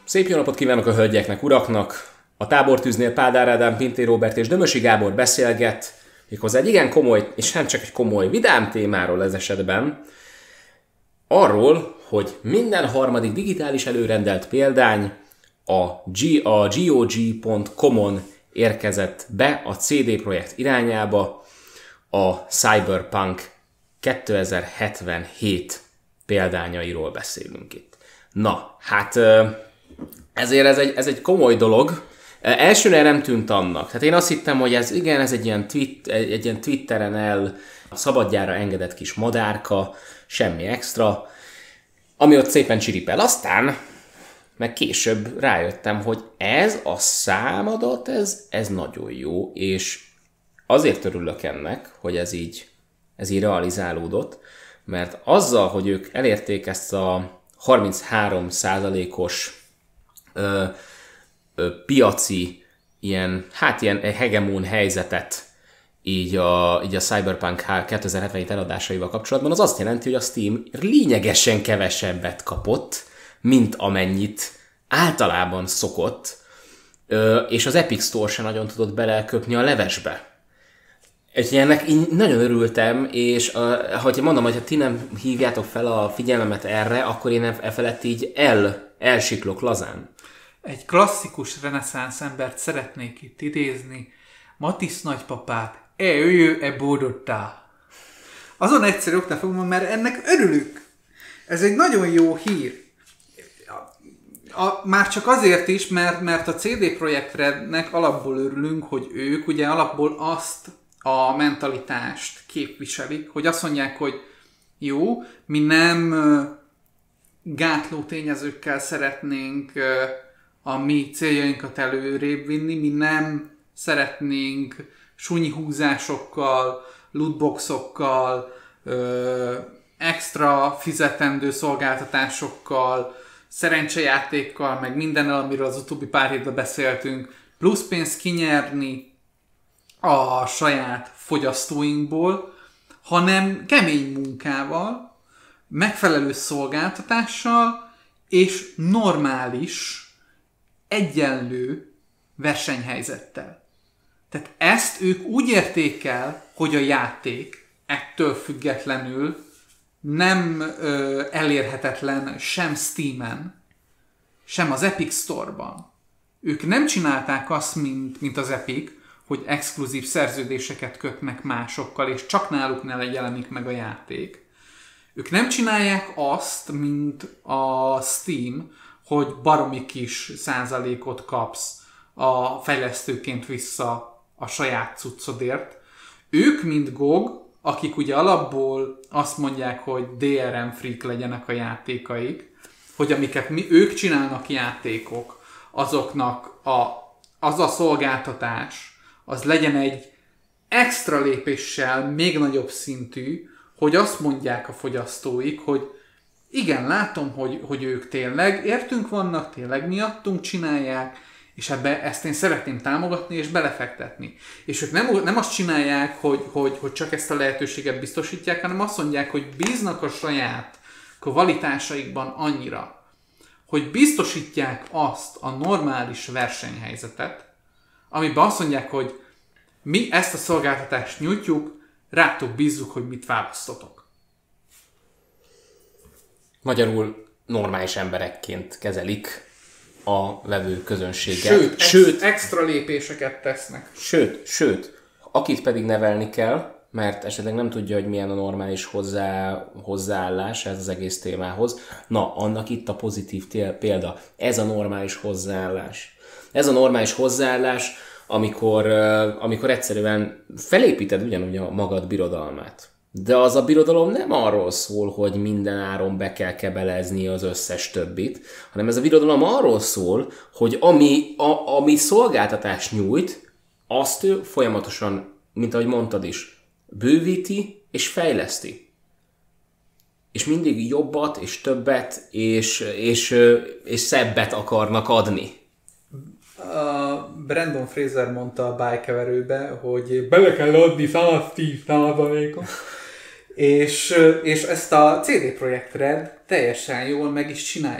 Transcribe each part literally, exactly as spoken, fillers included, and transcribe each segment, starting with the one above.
Szép jó napot kívánok a hölgyeknek, uraknak! A tábortűznél Pádár Ádám, Pintér Róbert és Dömösi Gábor beszélget, méghozzá egy igen komoly, és nem csak egy komoly, vidám témáról ez esetben, arról, hogy minden harmadik digitális előrendelt példány a, G- a G O G pont com-on érkezett be a cé dé Projekt irányába, a Cyberpunk kétezer-hetvenhét példányairól beszélünk itt. Na, hát ezért ez egy, ez egy komoly dolog. Elsőre nem tűnt annak. Hát én azt hittem, hogy ez igen, ez egy ilyen, twit, egy, egy ilyen Twitteren el szabadjára engedett kis madárka, semmi extra, ami ott szépen csiripel. Aztán meg később rájöttem, hogy ez a számadat, ez, ez nagyon jó, és azért örülök ennek, hogy ez így, ez így realizálódott, mert azzal, hogy ők elérték ezt a harminchárom százalékos ö, ö, piaci, ilyen, hát ilyen hegemón helyzetet így a, így a Cyberpunk kétezer-hetvenhét eladásaival kapcsolatban, az azt jelenti, hogy a Steam lényegesen kevesebbet kapott, mint amennyit általában szokott, ö, és az Epic Store se nagyon tudott beleköpni a levesbe. És ennek így nagyon örültem, és uh, ha mondom, hogy ha ti nem hívjátok fel a figyelmemet erre, akkor én e felett így el, elsiklok lazán. Egy klasszikus reneszánsz embert szeretnék itt idézni. Matisz nagypapát, e ő e bódottá. Azon egyszerű oknál fogom, mert ennek örülünk. Ez egy nagyon jó hír. A, a, már csak azért is, mert, mert a cé dé Projekt Rednek alapból örülünk, hogy ők ugye alapból azt a mentalitást képviselik, hogy azt mondják, hogy jó, mi nem gátló tényezőkkel szeretnénk a mi céljainkat előrébb vinni, mi nem szeretnénk súnyhúzásokkal, lootboxokkal, extra fizetendő szolgáltatásokkal, szerencsejátékkal, meg mindennel, amiről az utóbbi pár hétben beszéltünk, plusz pénzt kinyerni a saját fogyasztóinkból, hanem kemény munkával, megfelelő szolgáltatással és normális, egyenlő versenyhelyzettel. Tehát ezt ők úgy érték el, hogy a játék ettől függetlenül nem ö, elérhetetlen sem Steamen, sem az Epic Store-ban. Ők nem csinálták azt, mint, mint az Epic, hogy exkluzív szerződéseket kötnek másokkal, és csak náluk ne jelenik meg a játék. Ők nem csinálják azt, mint a Steam, hogy baromi kis százalékot kapsz a fejlesztőként vissza a saját cuccodért. Ők, mint gé o gé, akik ugye alapból azt mondják, hogy dé er em freak legyenek a játékaik, hogy amiket mi, ők csinálnak játékok, azoknak a, az a szolgáltatás, az legyen egy extra lépéssel még nagyobb szintű, hogy azt mondják a fogyasztóik, hogy igen, látom, hogy, hogy ők tényleg értünk vannak, tényleg miattunk csinálják, és ebbe ezt én szeretném támogatni és belefektetni. És ők nem, nem azt csinálják, hogy, hogy, hogy csak ezt a lehetőséget biztosítják, hanem azt mondják, hogy bíznak a saját kvalitásaikban annyira, hogy biztosítják azt a normális versenyhelyzetet, amiben azt mondják, hogy mi ezt a szolgáltatást nyújtjuk, rátok bízzuk, hogy mit választotok. Magyarul normális emberekként kezelik a vevő közönséget. Sőt, sőt extra lépéseket tesznek. Sőt, sőt, akit pedig nevelni kell, mert esetleg nem tudja, hogy milyen a normális hozzá, hozzáállás ez az egész témához. Na, annak itt a pozitív példa. Ez a normális hozzáállás. Ez a normális hozzáállás, amikor, amikor egyszerűen felépíted ugyanúgy a magad birodalmát. De az a birodalom nem arról szól, hogy minden áron be kell kebelezni az összes többit, hanem ez a birodalom arról szól, hogy ami, a, ami szolgáltatást nyújt, azt ő folyamatosan, mint ahogy mondtad is, bővíti és fejleszti. És mindig jobbat és többet és, és, és szebbet akarnak adni. A Brandon Fraser mondta a bájkeverőbe, hogy bele kell adni száztíz százalékot. és, és ezt a cé dé Projekt Red teljesen jól meg is csinálja.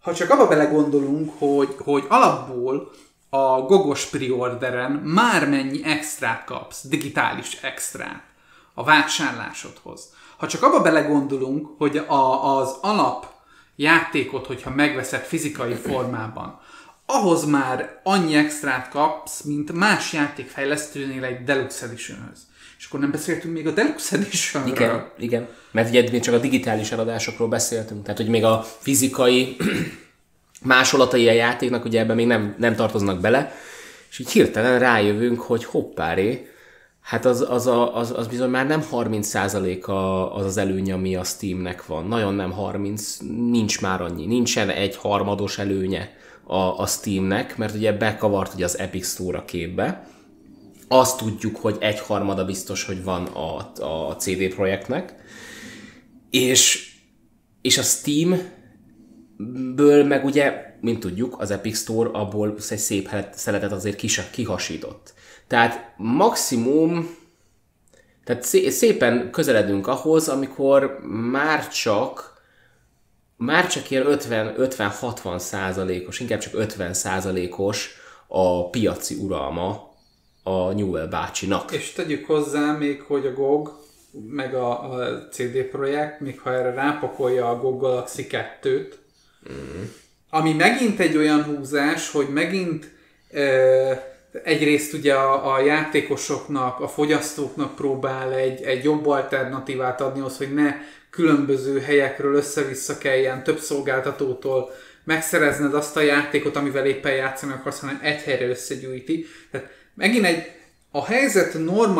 ha csak abba belegondolunk, hogy, hogy alapból a gogos preorderen már mennyi extrát kapsz, digitális extrát a vásárlásodhoz. Ha csak abba belegondolunk, hogy a, az alap játékot, hogyha megveszed fizikai formában, ahhoz már annyi extrát kapsz, mint más játékfejlesztőnél egy Deluxe Editionhöz. És akkor nem beszéltünk még a Deluxe Editionről. Igen, igen. Mert ugye még csak a digitális eladásokról beszéltünk. Tehát, hogy még a fizikai másolatai a játéknak ugye ebben még nem, nem tartoznak bele. És így hirtelen rájövünk, hogy hoppáré, hát az, az, a, az, az bizony már nem harminc százalék az az előnye, ami a Steamnek van. Nagyon nem harminc, nincs már annyi. Nincsen egy harmados előnye a, a Steamnek, mert ugye bekavart ugye az Epic Store a képbe. Azt tudjuk, hogy egy harmada biztos, hogy van a, a cé dé Projektnek. És, és a Steamből meg ugye, mint tudjuk, az Epic Store abból egy szép szeletet azért kis, kihasított. Tehát maximum, tehát szépen közeledünk ahhoz, amikor már csak, már csak ilyen ötven-hatvan százalékos, inkább csak ötven százalékos a piaci uralma a Newell bácsinak. És tegyük hozzá még, hogy a gé o gé, meg a, a cé dé Projekt, még ha erre rápakolja a gé o gé Galaxy kettőt, mm. ami megint egy olyan húzás, hogy megint e, egyrészt ugye a, a játékosoknak, a fogyasztóknak próbál egy, egy jobb alternatívát adni ahhoz, hogy ne különböző helyekről össze-vissza kelljen több szolgáltatótól megszerezned azt a játékot, amivel éppen játszani akarsz, hanem egy helyre összegyűjti. Tehát megint egy, a helyzet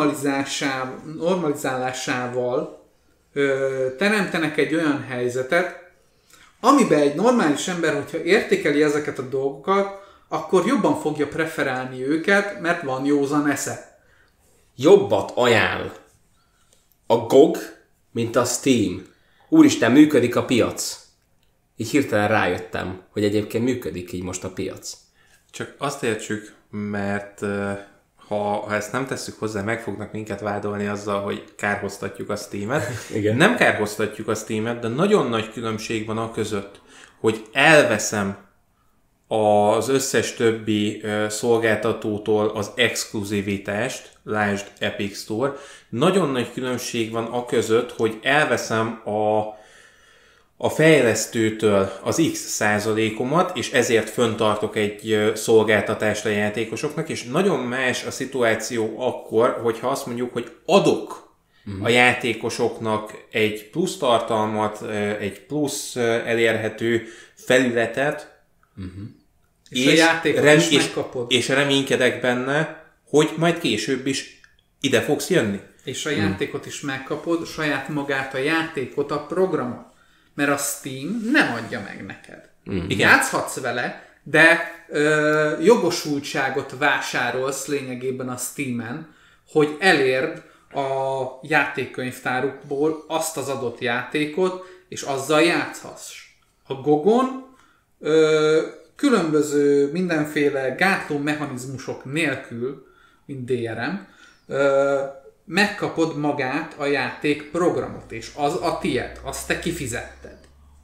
normalizálásával ö, teremtenek egy olyan helyzetet, amiben egy normális ember, hogyha értékeli ezeket a dolgokat, akkor jobban fogja preferálni őket, mert van józan esze. Jobbat ajánl a gé o gé, mint a Steam. Úristen, működik a piac. Így hirtelen rájöttem, hogy egyébként működik így most a piac. Csak azt értsük, mert ha, ha ezt nem tesszük hozzá, meg fognak minket vádolni azzal, hogy kárhoztatjuk a Steamet. Igen. Nem kárhoztatjuk a Steamet, de nagyon nagy különbség van a között, hogy elveszem az összes többi uh, szolgáltatótól az exkluzivitást, lásd Epic Store. Nagyon nagy különbség van a között, hogy elveszem a, a fejlesztőtől az X százalékomat, és ezért föntartok egy uh, szolgáltatást a játékosoknak, és nagyon más a szituáció akkor, hogyha azt mondjuk, hogy adok uh-huh. a játékosoknak egy plusz tartalmat, uh, egy plusz uh, elérhető felületet, Uh-huh. És, és, a játékot rem- is megkapod. És, és reménykedek benne, hogy majd később is ide fogsz jönni. És a hmm. játékot is megkapod, saját magát a játékot, a programot. Mert a Steam nem adja meg neked. Hmm. Játszhatsz vele, de ö, jogosultságot vásárolsz lényegében a Steamen, hogy elérd a játékkönyvtárukból azt az adott játékot, és azzal játszhass. A gogon Ö, különböző mindenféle gátló mechanizmusok nélkül, mint dé er em, ö, megkapod magát a játék programot, és az a tied, azt te kifizetted.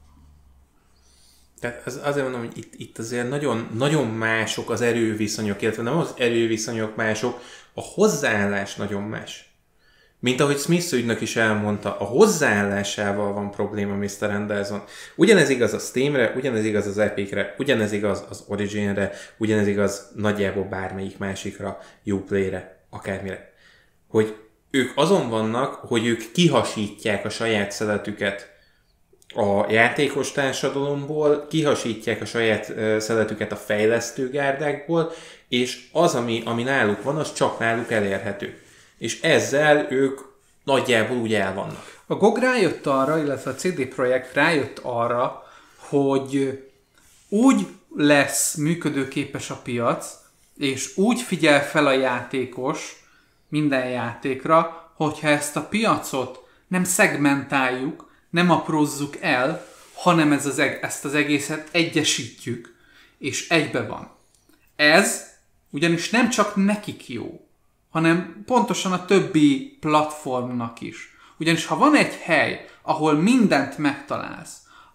Tehát az, azért mondom, hogy itt, itt azért nagyon, nagyon mások az erőviszonyok, illetve nem az erőviszonyok mások, a hozzáállás nagyon más. Mint ahogy Smith ügynök is elmondta, a hozzáállásával van probléma miszter Anderson. Ugyanez igaz a Steamre, ugyanez igaz az Epicre, ugyanez igaz az Originre, ugyanez igaz nagyjából bármelyik másikra, Uplayre, akármire. Hogy ők azon vannak, hogy ők kihasítják a saját szeletüket a játékos társadalomból, kihasítják a saját szeletüket a fejlesztőgárdákból, és az, ami, ami náluk van, az csak náluk elérhető. És ezzel ők nagyjából úgy el vannak. A gé o gé rájött arra, illetve a cé dé Projekt rájött arra, hogy úgy lesz működőképes a piac, és úgy figyel fel a játékos minden játékra, hogyha ezt a piacot nem szegmentáljuk, nem aprózzuk el, hanem ez az, ezt az egészet egyesítjük, és egybe van. Ez ugyanis nem csak nekik jó, hanem pontosan a többi platformnak is. Ugyanis ha van egy hely, ahol mindent megtalálsz,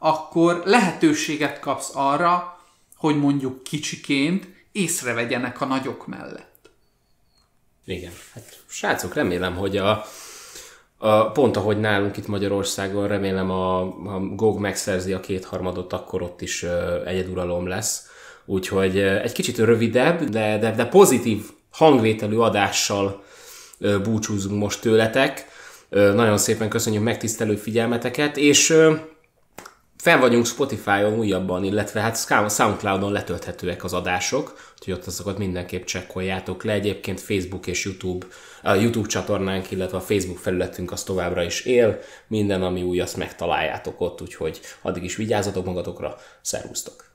akkor lehetőséget kapsz arra, hogy mondjuk kicsiként észrevegyenek a nagyok mellett. Igen. Hát srácok, remélem, hogy a, a pont ahogy nálunk itt Magyarországon, remélem a, a gé o gé megszerzi a kétharmadot, akkor ott is uh, egyeduralom lesz. Úgyhogy uh, egy kicsit rövidebb, de, de, de pozitív hangvételű adással uh, búcsúzunk most tőletek. Uh, nagyon szépen köszönjük megtisztelő figyelmeteket, és uh, fenn vagyunk Spotify-on újabban, illetve hát Soundcloud-on letölthetőek az adások, úgyhogy ott azokat mindenképp csekkoljátok le. Egyébként Facebook és YouTube, a YouTube csatornánk, illetve a Facebook felületünk az továbbra is él. Minden, ami új, azt megtaláljátok ott, úgyhogy addig is vigyázzatok magatokra. Szervusztok!